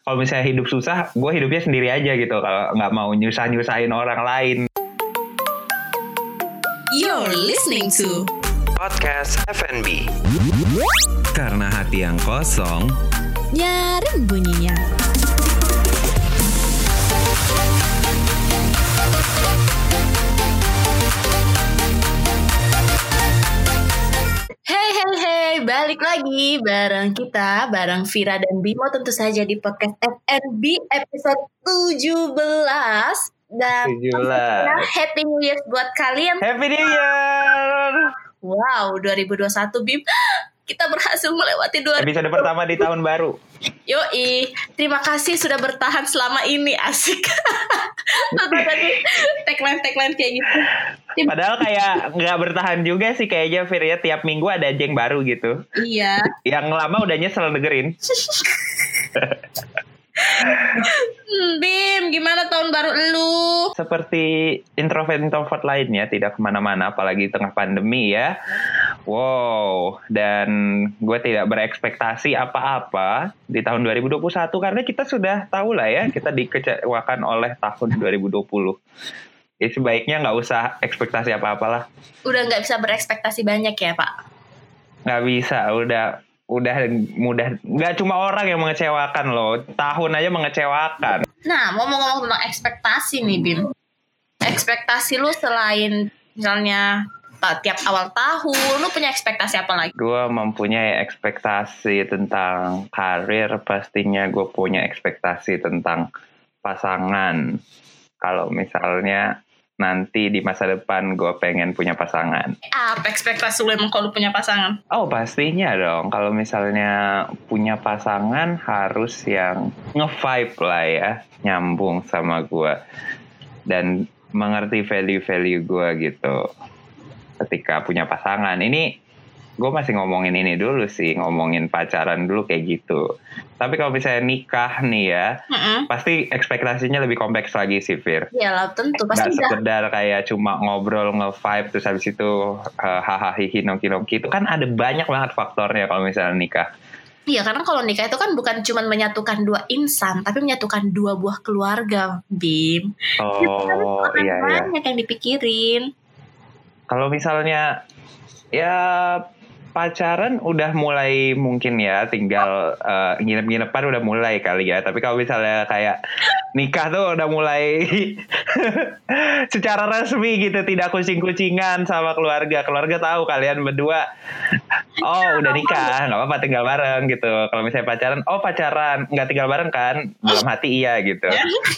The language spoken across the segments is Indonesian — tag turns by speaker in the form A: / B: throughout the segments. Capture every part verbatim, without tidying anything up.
A: kalau misalnya hidup susah, gue hidupnya sendiri aja gitu. Kalau nggak mau nyusah-nyusahin orang lain.
B: You're listening to
C: Podcast F and B.
D: Karena hati yang kosong,
B: nyaring bunyinya. Hey hey hey, balik lagi bareng kita, bareng Vira dan Bimo tentu saja di podcast F and B episode tujuh belas. Dan
A: tujuh belas.
B: Happy New Year buat kalian.
A: Happy New Year.
B: Wow, dua ribu dua puluh satu Bim. Kita berhasil melewati dua ribu dua puluh.
A: Episode pertama di tahun baru.
B: Yoi, terima kasih sudah bertahan selama ini, asik. Tadi tagline-tagline kayak gitu.
A: Padahal kayak nggak bertahan juga sih kayaknya Fir ya, tiap minggu ada aja yang baru gitu.
B: Iya.
A: Yang lama udah nyesel dengerin.
B: hmm, Bim, gimana tahun baru lu?
A: Seperti introvert-introvert lainnya, tidak kemana-mana, apalagi tengah pandemi ya. Wow, dan gue tidak berekspektasi apa-apa di tahun dua ribu dua puluh satu karena kita sudah tahu lah ya, kita dikecewakan oleh tahun dua ribu dua puluh. Ya sebaiknya nggak usah ekspektasi apa-apa lah.
B: Udah nggak bisa berekspektasi banyak ya Pak?
A: Nggak bisa, udah udah mudah. Nggak cuma orang yang mengecewakan loh, tahun aja mengecewakan.
B: Nah, mau ngomong tentang ekspektasi nih Bim. Ekspektasi lu selain misalnya tiap awal tahun, lu punya ekspektasi apa lagi?
A: Gue mempunyai ekspektasi tentang karir, pastinya gue punya ekspektasi tentang pasangan. Kalau misalnya nanti di masa depan gue pengen punya pasangan.
B: Apa ekspektasi lu emang kalau lu punya pasangan?
A: Oh pastinya dong, kalau misalnya punya pasangan harus yang nge-vibe lah ya, nyambung sama gue. Dan mengerti value-value gue gitu. Ketika punya pasangan, ini gue masih ngomongin ini dulu sih, ngomongin pacaran dulu kayak gitu. Tapi kalau misalnya nikah nih ya, mm-hmm. pasti ekspektasinya lebih kompleks lagi sih Fir.
B: Iyalah tentu pasti.
A: Gak sekedar kayak cuma ngobrol nge-vibe terus habis itu uh, hahaha hihi noki-noki, itu kan ada banyak banget faktornya kalau misalnya nikah.
B: Iya, karena kalau nikah itu kan bukan cuma menyatukan dua insan, tapi menyatukan dua buah keluarga, Bim.
A: Oh
B: kan
A: iya iya.
B: Banyak yang dipikirin.
A: Kalau misalnya ya pacaran udah mulai mungkin ya, tinggal uh, nginep-nginepan udah mulai kali ya. Tapi kalau misalnya kayak nikah tuh udah mulai secara resmi gitu, tidak kucing-kucingan sama keluarga. Keluarga tahu kalian berdua, oh udah nikah, nggak apa-apa tinggal bareng gitu. Kalau misalnya pacaran, oh pacaran nggak tinggal bareng kan? Dalam hati iya gitu.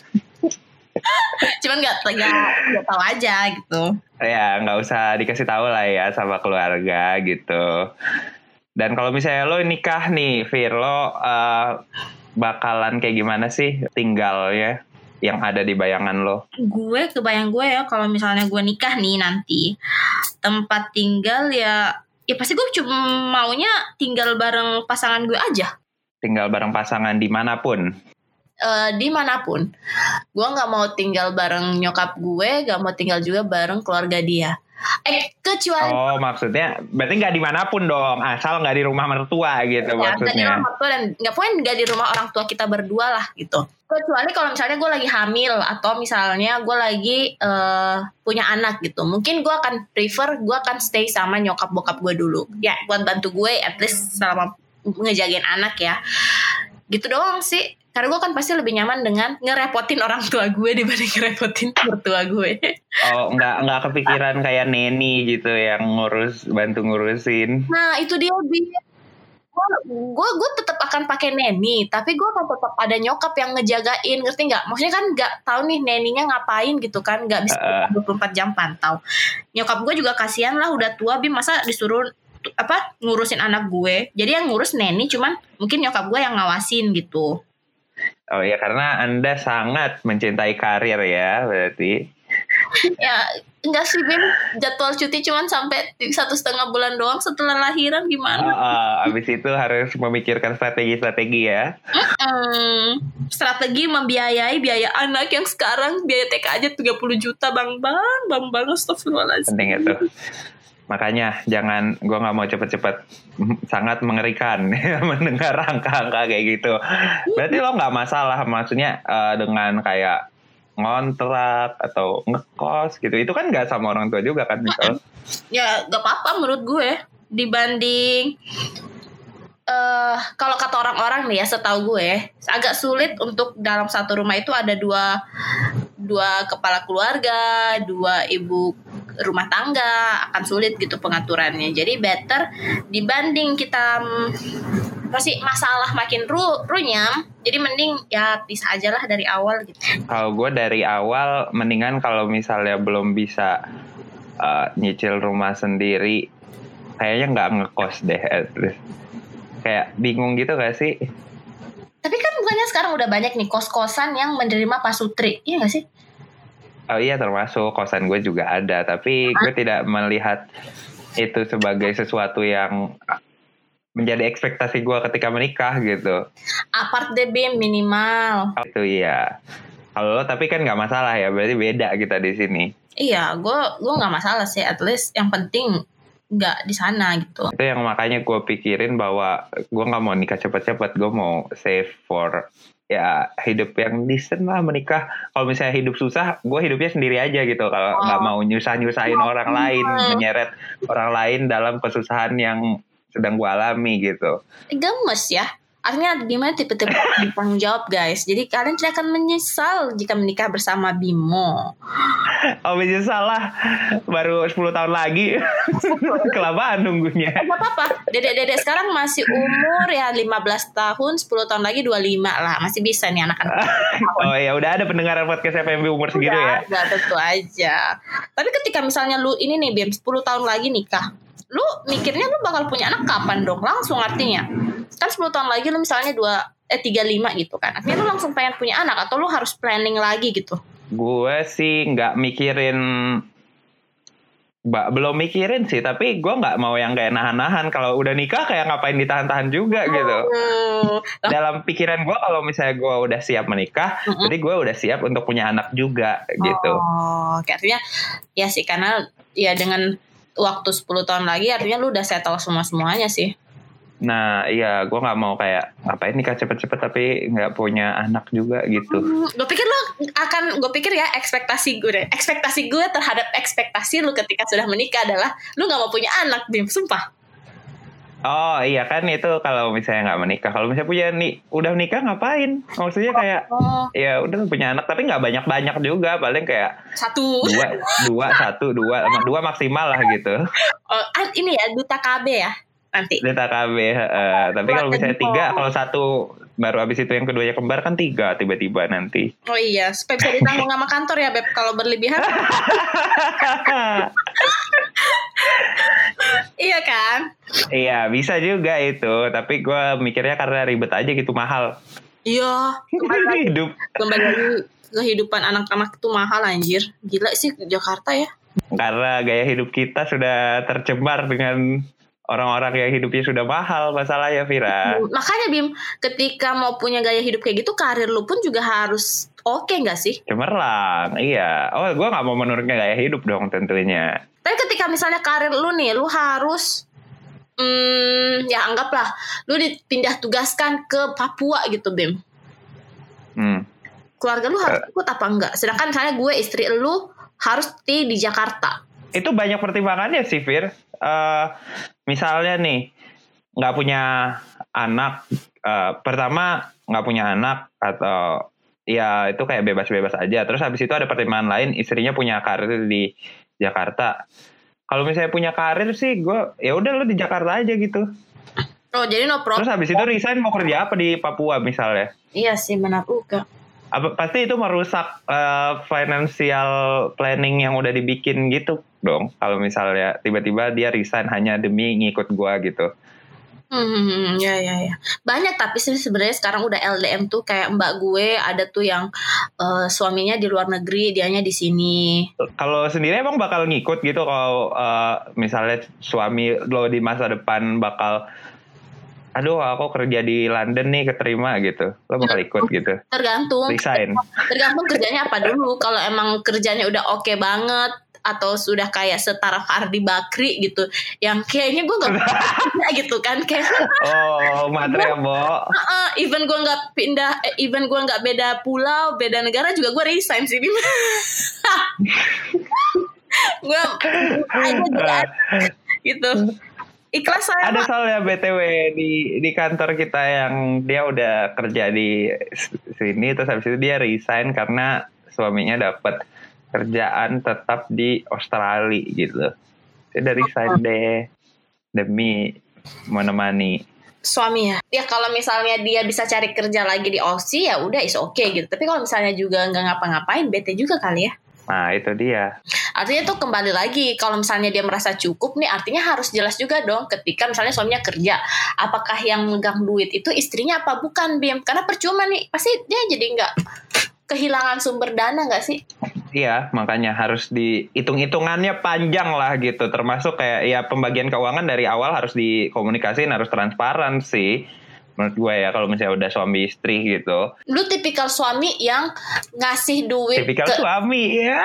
B: Cuman nggak nggak tahu aja gitu.
A: Ya nggak usah dikasih tahu lah ya sama keluarga gitu. Dan kalau misalnya lo nikah nih Fir, lo uh, bakalan kayak gimana sih tinggalnya yang ada di bayangan lo?
B: Gue kebayang gue ya kalau misalnya gue nikah nih nanti, tempat tinggal ya ya pasti gue cuma maunya tinggal bareng pasangan gue aja. Tinggal
A: bareng pasangan dimanapun?
B: Uh, dimanapun. Gue gak mau tinggal bareng nyokap gue, gak mau tinggal juga bareng keluarga dia. Eh kecuali
A: oh maksudnya berarti gak dimanapun dong, asal gak di rumah mertua gitu ya, maksudnya.
B: Gak di rumah mertua dan gak pokoknya gak di rumah orang tua kita berdua lah gitu. Kecuali kalau misalnya gue lagi hamil atau misalnya gue lagi uh, punya anak gitu, mungkin gue akan prefer gue akan stay sama nyokap bokap gue dulu ya, buat bantu gue at least selama ngejagain anak ya. Gitu doang sih. Karena gue kan pasti lebih nyaman dengan ngerepotin orang tua gue dibanding ngerepotin mertua gue.
A: Oh, nggak nggak kepikiran kayak neni gitu yang ngurus, bantu ngurusin.
B: Nah itu dia, gue gue tetap akan pakai neni, tapi gue akan tetap ada nyokap yang ngejagain, ngerti nggak? Maksudnya kan nggak tahu nih neninya ngapain gitu kan, nggak bisa uh. dua puluh empat jam pantau. Nyokap gue juga kasihan lah, udah tua Bim, masa disuruh apa ngurusin anak gue. Jadi yang ngurus neni, cuman mungkin nyokap gue yang ngawasin gitu.
A: Oh ya, karena Anda sangat mencintai karir ya berarti.
B: Ya enggak sih Bim, jadwal cuti cuman sampai satu setengah bulan doang setelah lahiran, gimana?
A: Uh, uh, abis itu harus memikirkan strategi-strategi ya.
B: Mm-mm. Strategi membiayai biaya anak yang sekarang biaya T K aja tiga puluh juta bang bang bang bang astagfirullahaladzim.
A: Penting itu. Makanya jangan, gue nggak mau cepet-cepet, sangat mengerikan mendengar angka-angka kayak gitu. Berarti lo nggak masalah, maksudnya uh, dengan kayak ngontrak atau ngekos gitu, itu kan nggak sama orang tua juga kan misal?
B: Ya gak apa-apa menurut gue, dibanding uh, kalau kata orang-orang nih ya, setahu gue agak sulit untuk dalam satu rumah itu ada dua dua kepala keluarga, dua ibu rumah tangga, akan sulit gitu pengaturannya. Jadi better dibanding kita pasti masalah makin ru runyam, jadi mending ya pisah aja lah dari awal gitu.
A: Kalau gue dari awal mendingan kalau misalnya belum bisa uh, nyicil rumah sendiri, kayaknya nggak ngekos deh, at least. Kayak bingung gitu gak sih?
B: Tapi kan bukannya sekarang udah banyak nih kos-kosan yang menerima pasutri, iya gak sih?
A: Oh iya, termasuk kosan gue juga ada, tapi gue tidak melihat itu sebagai sesuatu yang menjadi ekspektasi gue ketika menikah gitu.
B: Apart deh Bim, minimal.
A: Itu iya. Kalau lo tapi kan nggak masalah ya, berarti beda kita di sini.
B: Iya, gue gue nggak masalah sih, at least yang penting nggak di sana gitu.
A: Itu yang makanya gue pikirin bahwa gue nggak mau nikah cepet-cepet, gue mau save for ya hidup yang decent lah menikah. Kalau misalnya hidup susah, gue hidupnya sendiri aja gitu. Kalau nggak oh. mau nyusah-nyusahin oh. orang lain, menyeret orang lain dalam kesusahan yang sedang gue alami gitu.
B: Gemes ya. Artinya Bimo tipe-tipe bertanggung jawab guys. Jadi kalian tidak akan menyesal jika menikah bersama Bimo.
A: Oh menyesal lah. Baru sepuluh tahun lagi. Kelamaan nunggunya.
B: Gak apa-apa. Dedek-dedek sekarang masih umur ya lima belas tahun. sepuluh tahun lagi dua puluh lima lah. Masih bisa nih anak-anak.
A: Oh ya udah ada pendengaran podcast F M B umur segitu ya.
B: Udah tentu aja. Tapi ketika misalnya lu ini nih Bim, sepuluh tahun lagi nikah, lu mikirnya lu bakal punya anak kapan dong? Langsung artinya kan sepuluh tahun lagi lu misalnya dua eh tiga puluh lima gitu kan, artinya lu langsung pengen punya anak atau lu harus planning lagi gitu?
A: Gue sih nggak mikirin, ba, belum mikirin sih, tapi gue nggak mau yang kayak nahan-nahan. Kalau udah nikah kayak ngapain ditahan-tahan juga gitu. Hmm. Dalam pikiran gue kalau misalnya gue udah siap menikah, mm-hmm. jadi gue udah siap untuk punya anak juga gitu.
B: Oh, artinya ya sih, karena ya dengan waktu sepuluh tahun lagi artinya lu udah settle semua-semuanya sih.
A: Nah iya, gue gak mau kayak ngapain nikah cepet-cepet tapi gak punya anak juga gitu.
B: hmm, Gue pikir lu akan, gue pikir ya ekspektasi gue deh Ekspektasi gue terhadap ekspektasi lu ketika sudah menikah adalah lu gak mau punya anak, Bim, sumpah.
A: Oh iya kan, itu kalau misalnya gak menikah. Kalau misalnya punya nih, udah nikah ngapain? Maksudnya kayak oh. ya udah punya anak tapi gak banyak-banyak juga, paling kayak
B: Satu
A: Dua, dua satu, dua Dua maksimal lah gitu.
B: Oh ini ya, duta K B ya nanti.
A: Duta K B uh, tapi kalau misalnya tiga, kalau satu baru habis itu yang keduanya kembar kan tiga tiba-tiba nanti.
B: Oh iya, supaya bisa ditanggung sama kantor ya Beb, kalau berlebihan. Iya kan?
A: Iya bisa juga itu, tapi gue mikirnya karena ribet aja gitu, mahal.
B: Iya, kembali hidup kembali lagi kehidupan anak-anak itu mahal anjir. Gila sih Jakarta ya.
A: Karena gaya hidup kita sudah tercemar dengan orang-orang yang hidupnya sudah mahal, masalahnya Vira.
B: Makanya Bim, ketika mau punya gaya hidup kayak gitu, karir lu pun juga harus oke okay gak sih?
A: Cemerlang, iya. Oh, gue gak mau menurunkan gaya hidup dong tentunya.
B: Tapi ketika misalnya karir lu nih, lu harus hmm, ya anggaplah lu dipindah tugaskan ke Papua gitu Bim. Hmm. Keluarga lu harus ikut apa enggak? Sedangkan misalnya gue, istri lu harus stay di Jakarta.
A: Itu banyak pertimbangannya sih Fir. Uh, misalnya nih nggak punya anak, uh, pertama nggak punya anak atau ya itu kayak bebas-bebas aja. Terus habis itu ada pertimbangan lain, istrinya punya karir di Jakarta. Kalau misalnya punya karir sih gue ya udah lu di Jakarta aja gitu.
B: Oh jadi no problem.
A: Terus habis itu resign mau kerja apa di Papua misalnya?
B: Iya sih benar juga.
A: Apa, pasti itu merusak uh, financial planning yang udah dibikin gitu dong. Kalau misalnya tiba-tiba dia resign hanya demi ngikut gua gitu.
B: Hmm, ya ya ya. Banyak tapi sih sebenarnya sekarang udah L D M tuh, kayak mbak gue ada tuh yang uh, suaminya di luar negeri, dianya di sini.
A: Kalau sendiri emang bakal ngikut gitu kalau uh, misalnya suami lo di masa depan bakal, aduh aku kerja di London nih keterima gitu, lo bakal ikut gitu?
B: Tergantung.
A: Resign.
B: Tergantung kerjanya apa dulu. Kalau emang kerjanya udah oke okay banget, atau sudah kayak setaraf Ardi Bakri gitu, yang kayaknya gue nggak pindah gitu kan, kayak
A: oh matre Bo.
B: Uh, even gue nggak pindah, even gue nggak beda pulau, beda negara juga gue resign sih. Gue aja gitu. Ikhlas saya.
A: Ada soalnya B T W di di kantor kita yang dia udah kerja di sini, terus habis itu dia resign karena suaminya dapat kerjaan tetap di Australia gitu. Dia udah resign deh demi menemani
B: suami ya. Ya kalau misalnya dia bisa cari kerja lagi di Aussie ya udah is okay gitu. Tapi kalau misalnya juga nggak ngapa-ngapain, bete juga kali ya.
A: Nah itu dia.
B: Artinya tuh kembali lagi, kalau misalnya dia merasa cukup nih, artinya harus jelas juga dong ketika misalnya suaminya kerja. Apakah yang megang duit itu istrinya apa bukan, Bim? Karena percuma nih, pasti dia jadi nggak kehilangan sumber dana nggak sih?
A: Iya, makanya harus dihitung-hitungannya panjang lah gitu. Termasuk kayak ya pembagian keuangan dari awal harus dikomunikasiin, harus transparan sih. Menurut gue ya kalau misalnya udah suami istri gitu.
B: Lu tipikal suami yang ngasih duit
A: Tipikal
B: ke...
A: suami ya.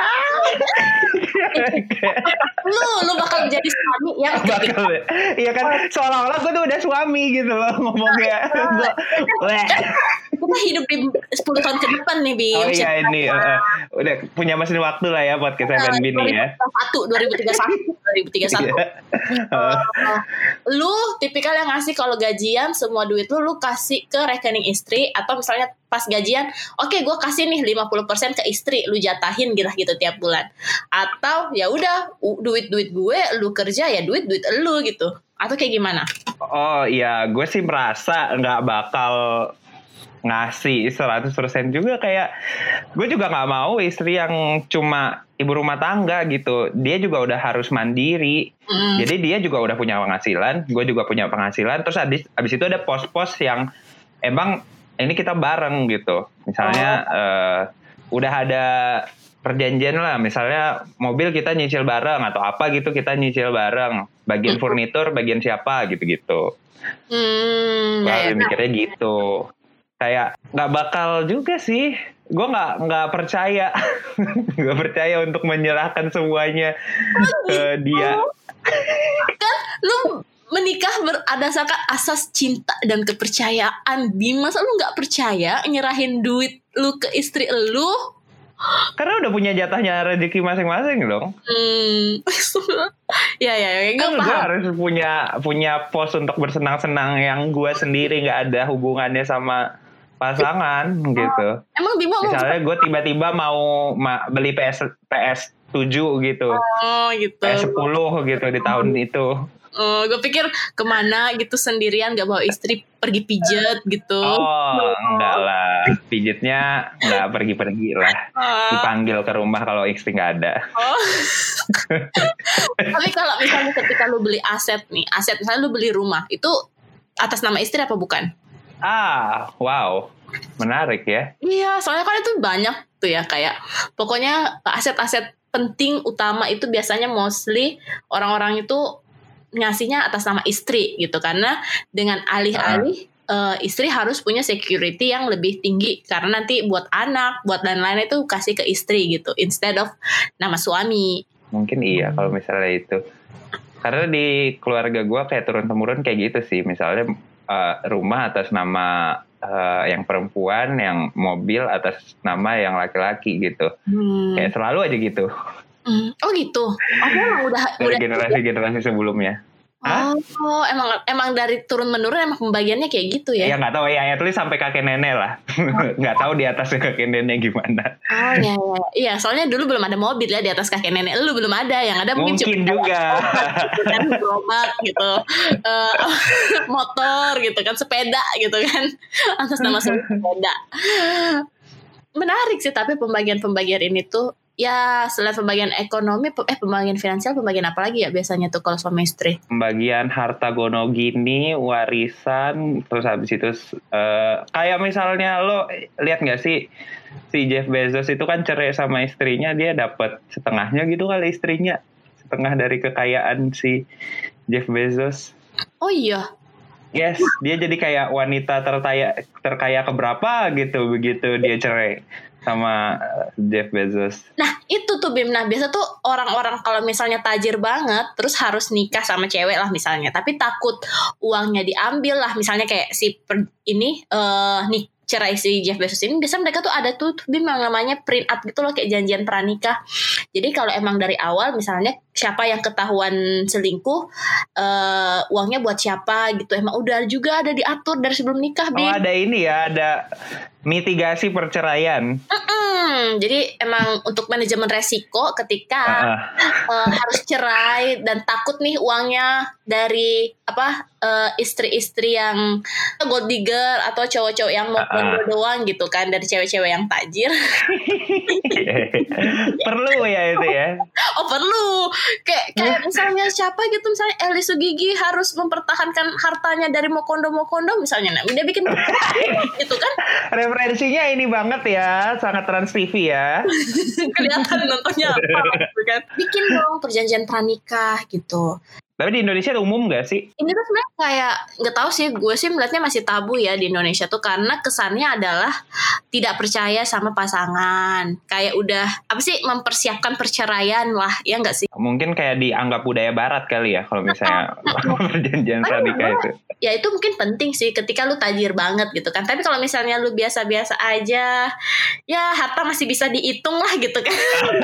B: lu lu bakal jadi suami yang
A: bakal ya. Iya kan seolah-olah gue tuh udah suami gitu loh ngomongnya. Gue
B: kita hidup di sepuluh tahun ke depan nih, Bim.
A: Oh iya ini uh, udah punya mesin waktu lah ya buat kita F and B nih ya.
B: dua ribu tiga puluh satu dua ribu tiga puluh satu uh, lu tipikal yang ngasih kalau gajian semua duit lu lu kasih ke rekening istri, atau misalnya pas gajian oke okay, gue kasih nih lima puluh persen ke istri, lu jatahin gitu gitu tiap bulan, atau ya udah duit-duit gue lu kerja ya duit-duit lu gitu, atau kayak gimana?
A: Oh iya, gue sih merasa nggak bakal ngasih seratus persen juga. Kayak gue juga gak mau istri yang cuma ibu rumah tangga gitu. Dia juga udah harus mandiri. mm. Jadi dia juga udah punya penghasilan, gue juga punya penghasilan. Terus abis, abis itu ada pos-pos yang emang ini kita bareng gitu. Misalnya oh. uh, udah ada perjanjian lah, misalnya mobil kita nyicil bareng atau apa gitu, kita nyicil bareng. Bagian furnitur bagian siapa gitu-gitu.
B: hmm,
A: Gue
B: ya,
A: mikirnya gitu. Kayak nggak bakal juga sih, gue nggak nggak percaya, nggak percaya untuk menyerahkan semuanya ke dia.
B: Kan lu menikah berdasarkan asas cinta dan kepercayaan, Bim. Masa lu nggak percaya nyerahin duit lu ke istri lu?
A: Karena udah punya jatahnya rezeki masing-masing dong.
B: Hmm, ya ya, ya gue
A: kan
B: paham.
A: Gue harus punya punya pos untuk bersenang-senang yang gue sendiri nggak ada hubungannya sama pasangan gitu.
B: Emang Bimo
A: misalnya gue tiba-tiba mau ma- beli P S P S tujuh gitu,
B: oh gitu,
A: P S sepuluh gitu di tahun itu.
B: Oh, gue pikir kemana gitu sendirian gak bawa istri pergi pijet gitu.
A: Oh enggak lah, pijetnya nggak pergi-pergi lah, dipanggil ke rumah kalau istri nggak ada.
B: Oh. Tapi kalau misalnya ketika lu beli aset nih, aset misalnya lu beli rumah, itu atas nama istri apa bukan?
A: Ah, wow, menarik ya.
B: Iya, soalnya kan itu banyak tuh ya, kayak pokoknya aset-aset penting utama itu biasanya mostly orang-orang itu ngasihnya atas nama istri gitu, karena dengan alih-alih uh. Uh, istri harus punya security yang lebih tinggi karena nanti buat anak, buat lain-lain itu kasih ke istri gitu instead of nama suami.
A: Mungkin iya kalau misalnya itu, karena di keluarga gue kayak turun-temurun kayak gitu sih. Misalnya uh, rumah atas nama uh, yang perempuan, yang mobil atas nama yang laki-laki gitu. hmm. Kayak selalu aja gitu.
B: Hmm. Oh gitu. Oh emang udah
A: dari
B: udah
A: generasi-generasi sebelumnya.
B: Oh, oh emang emang dari turun menurun emang pembagiannya kayak gitu ya?
A: Ya nggak tahu ya, at least sampai kakek nenek lah. Nggak tahu di atasnya kakek nenek gimana.
B: Oh ya, ya, iya. Soalnya dulu belum ada mobil ya di atas kakek nenek. Lu belum ada, yang ada mungkin,
A: mungkin juga.
B: Kan gerobak gitu, uh, motor gitu kan, sepeda gitu kan, atas nama sepeda. Menarik sih, tapi pembagian-pembagian ini tuh. Ya selain pembagian ekonomi, eh pembagian finansial, pembagian apa lagi ya biasanya tuh kalau suami istri?
A: Pembagian harta gono gini, warisan, terus habis itu uh, kayak misalnya lo lihat nggak sih si Jeff Bezos itu kan cerai sama istrinya, dia dapat setengahnya gitu kali istrinya, setengah dari kekayaan si Jeff Bezos.
B: Oh iya.
A: Yes, dia jadi kayak wanita terkaya terkaya keberapa gitu begitu dia cerai. sama Jeff Bezos.
B: Nah itu tuh Bim, nah biasa tuh orang-orang kalau misalnya tajir banget terus harus nikah sama cewek lah misalnya, tapi takut uangnya diambil lah, misalnya kayak si per, ini uh, nih cerai si Jeff Bezos ini, biasa mereka tuh ada tuh Bim yang namanya prenup gitu loh, kayak janjian pranikah. Jadi kalau emang dari awal misalnya siapa yang ketahuan selingkuh, uh, uangnya buat siapa gitu, emang udah juga ada diatur dari sebelum nikah Bim.
A: Oh ada ini ya, ada mitigasi perceraian.
B: Mm-mm. Jadi emang untuk manajemen resiko ketika uh-uh. uh, harus cerai dan takut nih uangnya dari apa uh, istri-istri yang gold digger atau cowok-cowok yang mau uh-uh. doang gitu kan, dari cewek-cewek yang tajir.
A: Perlu ya itu ya.
B: Oh perlu. Kayak kayak misalnya siapa gitu, misalnya Eli Sugigi harus mempertahankan hartanya dari Mokondo Mokondo misalnya, nah dia bikin gitu kan.
A: Referensinya ini banget ya, sangat Trans T V ya.
B: Kelihatan nontonnya apa gitu kan. Bikin dong perjanjian pranikah gitu.
A: Tapi di Indonesia umum gak sih?
B: Ini tuh sebenarnya kayak nggak tahu sih, gue sih melihatnya masih tabu ya di Indonesia tuh, karena kesannya adalah tidak percaya sama pasangan. Kayak udah apa sih, mempersiapkan perceraian lah, ya nggak sih?
A: Mungkin kayak dianggap budaya Barat kali ya kalau misalnya perjanjian pranikah itu.
B: Ya itu mungkin penting sih ketika lu tajir banget gitu kan. Tapi kalau misalnya lu biasa-biasa aja, ya harta masih bisa dihitung lah gitu kan.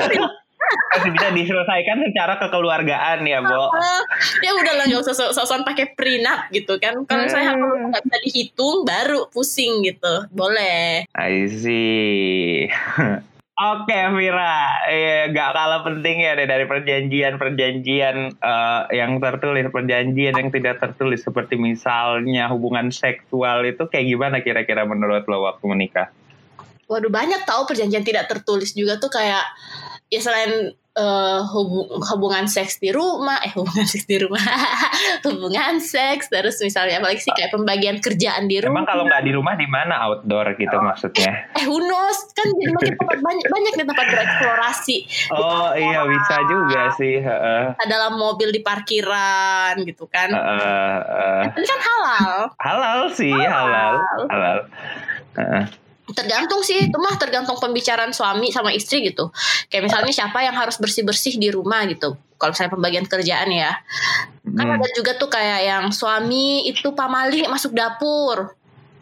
A: Masih bisa diselesaikan secara kekeluargaan ya, Bo.
B: Uh, ya udahlah, nggak usah sok-sokan pakai prenup gitu kan. Kalau misalnya harta nggak bisa dihitung, baru pusing gitu. Boleh.
A: I see. Oke, Vira, eh, gak kalah penting ya deh dari perjanjian-perjanjian uh, yang tertulis, perjanjian yang tidak tertulis, seperti misalnya hubungan seksual itu kayak gimana kira-kira menurut lo waktu menikah?
B: Waduh, banyak tahu perjanjian tidak tertulis juga tuh, kayak ya selain uh, hubung, hubungan seks di rumah, eh hubungan seks di rumah, hubungan seks, terus misalnya apalagi sih kayak pembagian kerjaan di rumah.
A: Emang kalau nggak di rumah di mana, outdoor gitu oh. maksudnya?
B: Eh who knows, kan jadi makin tempat banyak banyak nih tempat bereksplorasi.
A: Oh iya bisa juga sih. Uh.
B: Dalam mobil di parkiran gitu kan.
A: Uh, uh.
B: Ini kan halal.
A: Halal sih, halal, halal. halal. Uh.
B: Tergantung sih, itu mah tergantung pembicaraan suami sama istri gitu. Kayak misalnya siapa yang harus bersih-bersih di rumah gitu. Kalau misalnya pembagian kerjaan ya. Hmm. Kan ada juga tuh kayak yang suami itu pamali masuk dapur.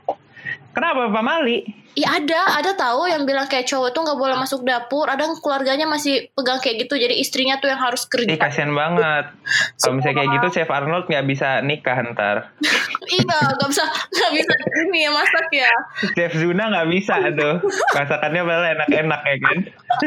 A: Kenapa pamali?
B: Iya ada, ada tahu yang bilang kayak cowok tuh nggak boleh masuk dapur. Ada keluarganya masih pegang kayak gitu, jadi istrinya tuh yang harus kerja.
A: Ih kasian banget. Kalau misalnya kayak gitu, Chef Arnold nggak bisa nikah ntar.
B: Iya, nggak bisa, nggak bisa ini ya masak ya.
A: Chef Zuna nggak bisa tuh, masakannya malah enak-enak ya kan.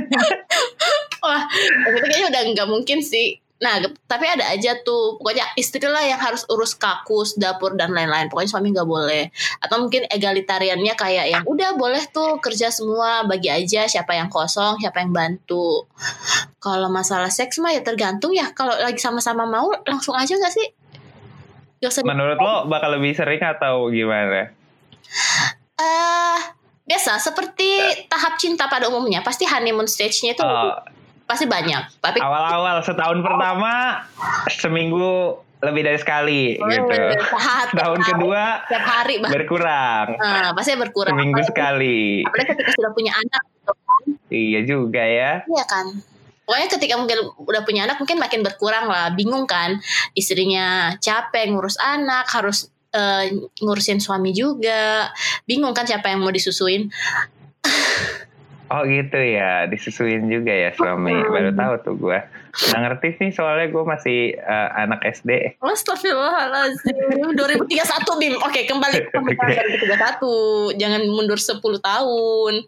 B: Wah, itu kayaknya udah nggak mungkin sih. Nah, tapi ada aja tuh, pokoknya istri lah yang harus urus kakus, dapur, dan lain-lain. Pokoknya suami gak boleh. Atau mungkin egalitariannya kayak yang udah boleh tuh kerja semua, bagi aja siapa yang kosong, siapa yang bantu. Kalau masalah seks mah ya tergantung ya. Kalau lagi sama-sama mau, langsung aja gak sih? Gak usah.
A: Menurut lo bakal lebih sering atau gimana?
B: Eh... Uh, biasa, seperti tahap cinta pada umumnya. Pasti honeymoon stage-nya itu... Oh. Pasti banyak, tapi
A: awal-awal setahun pertama seminggu lebih dari sekali oh, gitu. Saat, tahun hari, kedua
B: setiap hari bah.
A: berkurang.
B: Nah, pasti berkurang.
A: Seminggu
B: apalagi,
A: sekali.
B: Apalagi ketika sudah punya anak gitu kan.
A: Iya juga ya.
B: Iya kan. Pokoknya ketika mungkin udah punya anak mungkin makin berkurang lah. Bingung kan, istrinya capek ngurus anak, harus uh, ngurusin suami juga. Bingung kan siapa yang mau disusuin.
A: Oh gitu ya, disusuin juga ya suami. Baru tahu tuh gue. Nggak ngerti sih soalnya gue masih uh, anak S D.
B: Astagfirullahaladzim. dua ribu tiga puluh satu Bim. Oke, kembali ke dua ribu tiga puluh satu. Jangan mundur sepuluh tahun.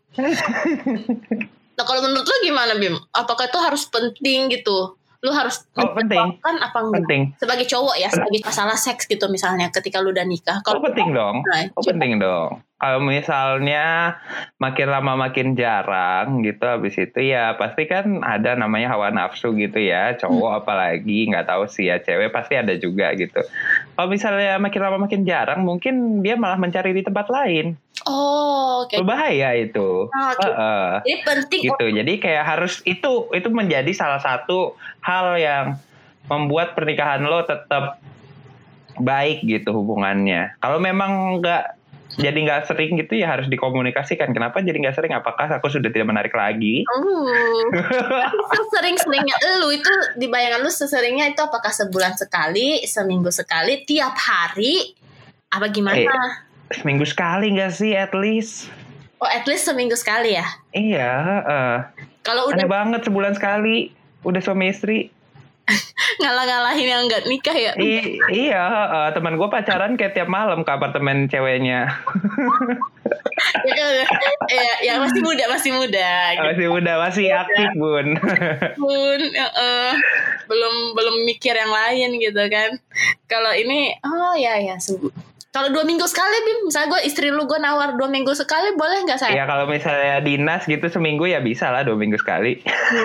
B: Nah kalau menurut lo gimana Bim? Apakah itu harus penting gitu? Lu harus
A: oh, penting
B: kan apa enggak?
A: Penting.
B: Sebagai cowok ya, sebagai masalah seks gitu misalnya ketika lu udah nikah.
A: Kalau oh, penting dong. Nah, oh, penting dong. Kalau misalnya makin lama makin jarang gitu, habis itu ya pasti kan ada namanya hawa nafsu gitu ya. Cowok hmm. apalagi, nggak tahu sih ya, cewek pasti ada juga gitu. Kalau misalnya makin lama makin jarang, mungkin dia malah mencari di tempat lain.
B: Oh, oke. Okay.
A: Berbahaya itu.
B: Oh, okay. uh, uh, Jadi penting
A: gitu. Jadi kayak harus itu itu menjadi salah satu hal yang membuat pernikahan lo tetap baik gitu hubungannya. Kalau memang nggak jadi nggak sering gitu ya harus dikomunikasikan. Kenapa jadi nggak sering? Apakah aku sudah tidak menarik lagi?
B: Uh, sesering-seringnya lu itu di bayangan lu seseringnya itu apakah sebulan sekali, seminggu sekali, tiap hari, apa gimana?
A: Eh, seminggu sekali nggak sih at least?
B: Oh at least seminggu sekali ya?
A: Iya. Uh,
B: Kalau udah
A: aneh banget sebulan sekali udah suami istri.
B: ngalah-ngalahin yang nggak nikah ya?
A: I, iya, uh, teman gue pacaran kayak tiap malam ke apartemen ceweknya.
B: ya, ya, ya masih muda, masih muda. Gitu.
A: Masih muda, masih aktif bun.
B: Bun, ya, uh, belum belum mikir yang lain gitu kan. Kalau ini, oh ya ya. Kalau dua minggu sekali, Bim, misalnya gue istri lu gue nawar dua minggu sekali, boleh nggak saya?
A: Iya kalau misalnya dinas gitu seminggu ya bisa lah dua minggu sekali.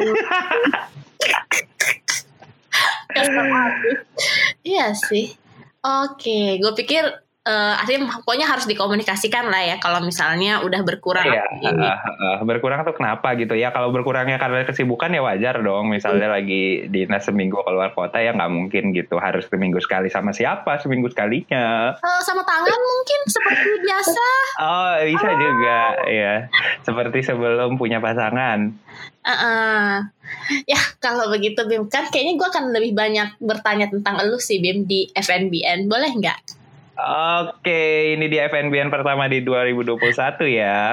B: Iya sih. Oke, gue pikir uh, artinya pokoknya harus dikomunikasikan lah ya kalau misalnya udah berkurang.
A: Iya, uh, uh, berkurang tuh kenapa gitu ya? Kalau berkurangnya karena kesibukan ya wajar dong. Misalnya hmm. lagi dinas seminggu keluar kota ya nggak mungkin gitu harus seminggu sekali sama siapa seminggu sekalinya?
B: Uh, sama tangan mungkin seperti biasa.
A: Oh bisa oh. juga ya, seperti sebelum punya pasangan.
B: Uh-uh. Ya kalau begitu Bim, kan kayaknya gue akan lebih banyak bertanya tentang elu sih Bim di F N B N, boleh nggak?
A: Oke, ini di F N B N pertama di dua ribu dua puluh satu ya.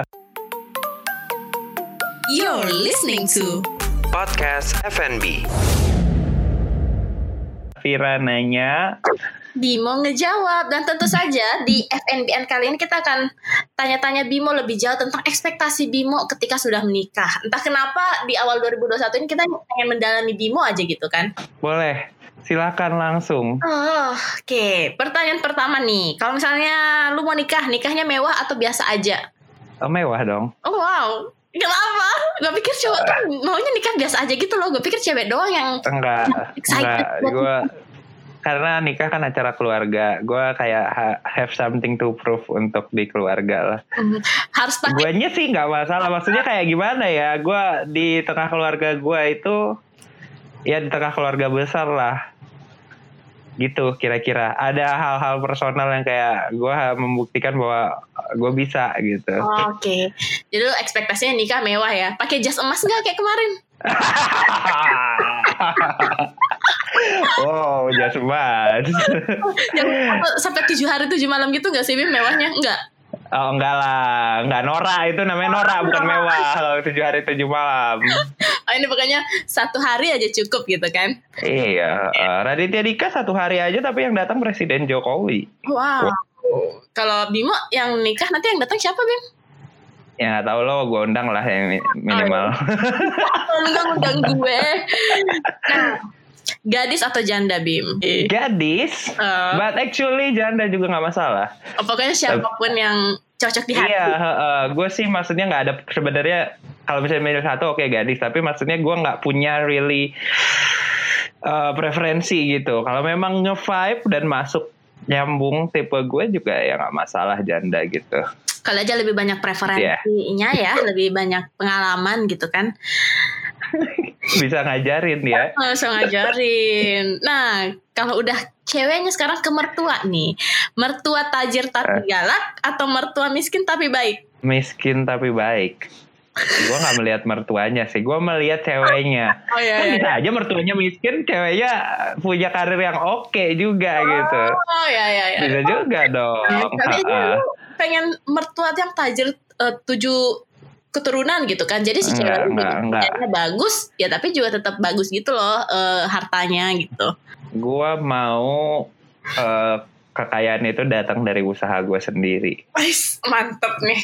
C: You're listening to Podcast F N B.
A: Vira nanya,
B: Bimo ngejawab. Dan tentu saja di F N B N kali ini kita akan tanya-tanya Bimo lebih jauh tentang ekspektasi Bimo ketika sudah menikah. Entah kenapa di awal dua ribu dua puluh satu ini kita pengen mendalami Bimo aja gitu kan.
A: Boleh, silakan langsung.
B: Oh, Oke, okay. Pertanyaan pertama nih. Kalau misalnya lu mau nikah, nikahnya mewah atau biasa aja?
A: Oh, mewah dong.
B: Oh wow. Kenapa? Gue pikir cowok tuh maunya nikah biasa aja gitu loh. Gue pikir cewek doang yang
A: enggak, enggak. Gue karena nikah kan acara keluarga. Gue kayak ha- have something to prove untuk di keluarga lah.
B: Hmm, harus pakai.
A: Guanya sih nggak masalah. Maksudnya kayak gimana ya? Gue di tengah keluarga gue itu, ya di tengah keluarga besar lah. Gitu kira-kira ada hal-hal personal yang kayak gue membuktikan bahwa gue bisa gitu.
B: Oh, Oke, okay. Jadi lu ekspektasinya nikah mewah ya? Pakai jas emas nggak kayak kemarin?
A: Wow, jas emas.
B: Yang sampai tujuh hari tujuh malam gitu nggak sih Bim mewahnya? Enggak.
A: Oh enggak lah, enggak Nora itu namanya Nora bukan mewah kalau tujuh hari tujuh malam.
B: Oh ini pokoknya satu hari aja cukup gitu kan?
A: Iya, uh, Raditya Dika satu hari aja tapi yang datang Presiden Jokowi.
B: Wow. wow. Kalau Bimo yang nikah nanti yang datang siapa Bim?
A: Ya nggak tahu lo, gue undang lah yang minimal.
B: Oh, undang undang gue. Nah, gadis atau janda Bim?
A: Gadis, uh, but actually janda juga nggak masalah.
B: Oh, pokoknya siapapun uh, yang cocok di hati.
A: Iya, uh, uh, gue sih maksudnya nggak ada sebenarnya kalau misalnya milih satu oke okay, gadis, tapi maksudnya gue nggak punya really uh, preferensi gitu. Kalau memang nge-vibe dan masuk nyambung tipe gue juga ya nggak masalah janda gitu.
B: Kalau aja lebih banyak preferensinya yeah. ya, lebih banyak pengalaman gitu kan.
A: Bisa ngajarin ya.
B: Bisa ngajarin. Nah, kalau udah ceweknya sekarang ke mertua nih. Mertua tajir tapi galak atau mertua miskin tapi baik?
A: Miskin tapi baik. Gue gak melihat mertuanya sih. Gue melihat ceweknya.
B: Oh, iya,
A: kan
B: iya.
A: bisa aja mertuanya miskin, ceweknya punya karir yang oke okay juga oh, gitu.
B: Oh iya iya. iya.
A: Bisa juga dong.
B: Tapi lu pengen mertua yang tajir uh, tujuh keturunan gitu kan, jadi si cewek itu bagus ya tapi juga tetap bagus gitu loh uh, hartanya gitu.
A: Gua mau uh, kekayaan itu datang dari usaha gue sendiri.
B: Wais, mantep nih.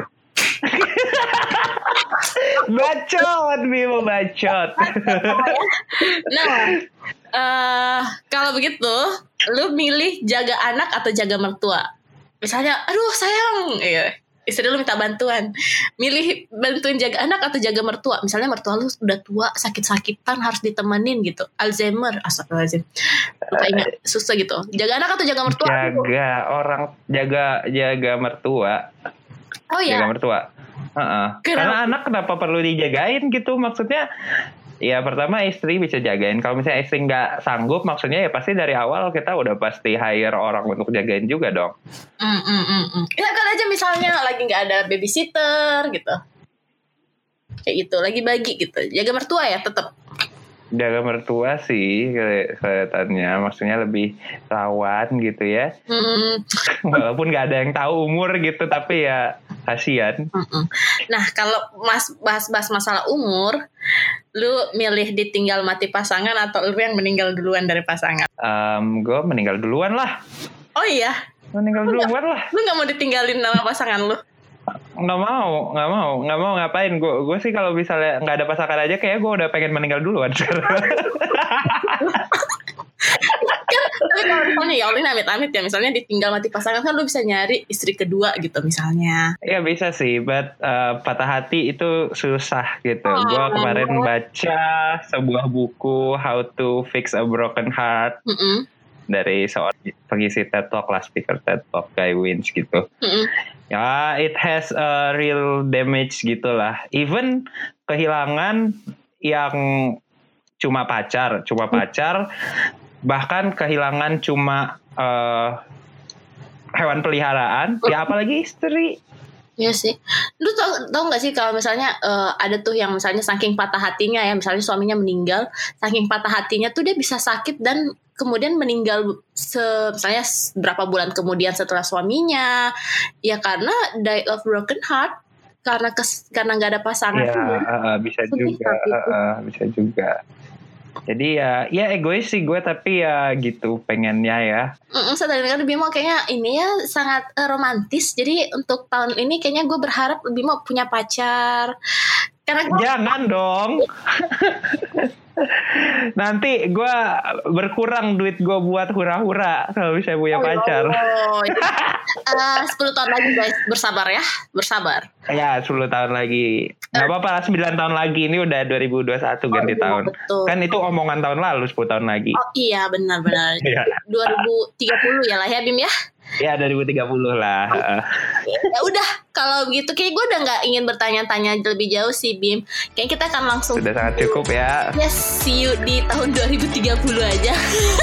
A: Bacot, Bimo bacot.
B: Nah, uh, kalau begitu, lu milih jaga anak atau jaga mertua? Misalnya, aduh sayang, iya. Istri lu minta bantuan, milih bantuin jaga anak atau jaga mertua. Misalnya mertua lu udah tua, sakit-sakitan, harus ditemenin gitu, Alzheimer, astagfirullahaladzim, lupa ingat, susah gitu. Jaga anak atau jaga mertua?
A: Jaga orang, jaga jaga mertua.
B: Oh ya.
A: Jaga mertua. Uh-uh. Karena anak kenapa perlu dijagain gitu? Maksudnya ya pertama istri bisa jagain. Kalau misalnya istri nggak sanggup, maksudnya ya pasti dari awal kita udah pasti hire orang untuk jagain juga dong.
B: Mm, mm, mm, mm. Ya kan aja misalnya lagi nggak ada babysitter gitu, kayak gitu, lagi bagi gitu, jaga mertua ya tetap.
A: Jaga mertua sih kelihatannya, maksudnya lebih rawan gitu ya. Mm. Walaupun nggak ada yang tahu umur gitu, tapi ya kasihan.
B: Mm-mm. Nah kalau mas bahas-bahas masalah umur, lu milih ditinggal mati pasangan atau lu yang meninggal duluan dari pasangan?
A: Um, gue meninggal duluan lah.
B: Oh iya?
A: Meninggal
B: lu
A: duluan
B: gak,
A: lah.
B: Lu nggak mau ditinggalin sama pasangan lu?
A: Nggak mau, nggak mau, nggak mau ngapain? Gue, gue sih kalau misalnya nggak ada pasangan aja, kayak gue udah pengen meninggal duluan sekarang.
B: Kan, tapi kalau misalnya ya Allah amit-amit ya, misalnya ditinggal mati pasangan kan lu bisa nyari istri kedua gitu misalnya.
A: Ya bisa sih, but uh, patah hati itu susah gitu. Oh, gue kemarin oh. baca sebuah buku How to Fix a Broken Heart. Mm-mm. Dari seorang pengisi TED Talk lah, speaker TED Talk, Guy Winch gitu. Mm-hmm. Ya, it has a real damage gitu lah. Even kehilangan yang cuma pacar, cuma pacar, bahkan kehilangan cuma uh, hewan peliharaan, ya apalagi istri.
B: Iya sih. Lu tau, tau gak sih kalau misalnya uh, ada tuh yang misalnya saking patah hatinya ya, misalnya suaminya meninggal, saking patah hatinya tuh dia bisa sakit dan kemudian meninggal se, misalnya berapa bulan kemudian setelah suaminya, ya karena die of broken heart, karena kes, karena nggak ada pasangan.
A: Ya, uh, bisa juga, uh, bisa juga. Jadi ya, ya egois sih gue, tapi ya gitu pengennya ya.
B: Mm, saya dengar Bimo kayaknya ini ya sangat uh, romantis. Jadi untuk tahun ini kayaknya gue berharap Bimo punya pacar. Karena gue...
A: Jangan dong. Nanti gue berkurang duit gue buat hura-hura kalau bisa punya oh, pacar.
B: Oh, uh, sepuluh tahun lagi guys, bersabar ya, bersabar.
A: Ya sepuluh tahun lagi. Gak apa-apa lah, sembilan tahun lagi. Ini udah dua ribu dua puluh satu ganti oh, tahun. Betul. Kan itu omongan tahun lalu, sepuluh tahun lagi.
B: Oh iya benar-benar. dua ribu tiga puluh ya lah ya Bim ya.
A: Ya dua ribu tiga puluh lah.
B: Ya udah kalau begitu kayak gue udah gak ingin bertanya-tanya lebih jauh sih Bim. Kayak kita akan langsung.
A: Sudah sangat cukup ya.
B: Yes, see you di tahun dua ribu tiga puluh aja.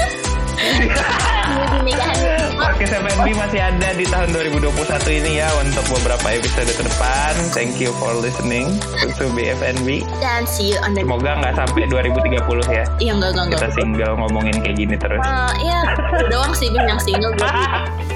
A: Podcast F and B masih ada di tahun dua ribu dua puluh satu ini ya, untuk beberapa episode ke depan. Thank you for listening to B F and B.
B: Dan see you on the.
A: Semoga nggak sampai dua ribu tiga puluh ya.
B: Iya enggak enggak.
A: Kita single ngomongin kayak gini terus.
B: Uh, iya, doang sih Bim yang single.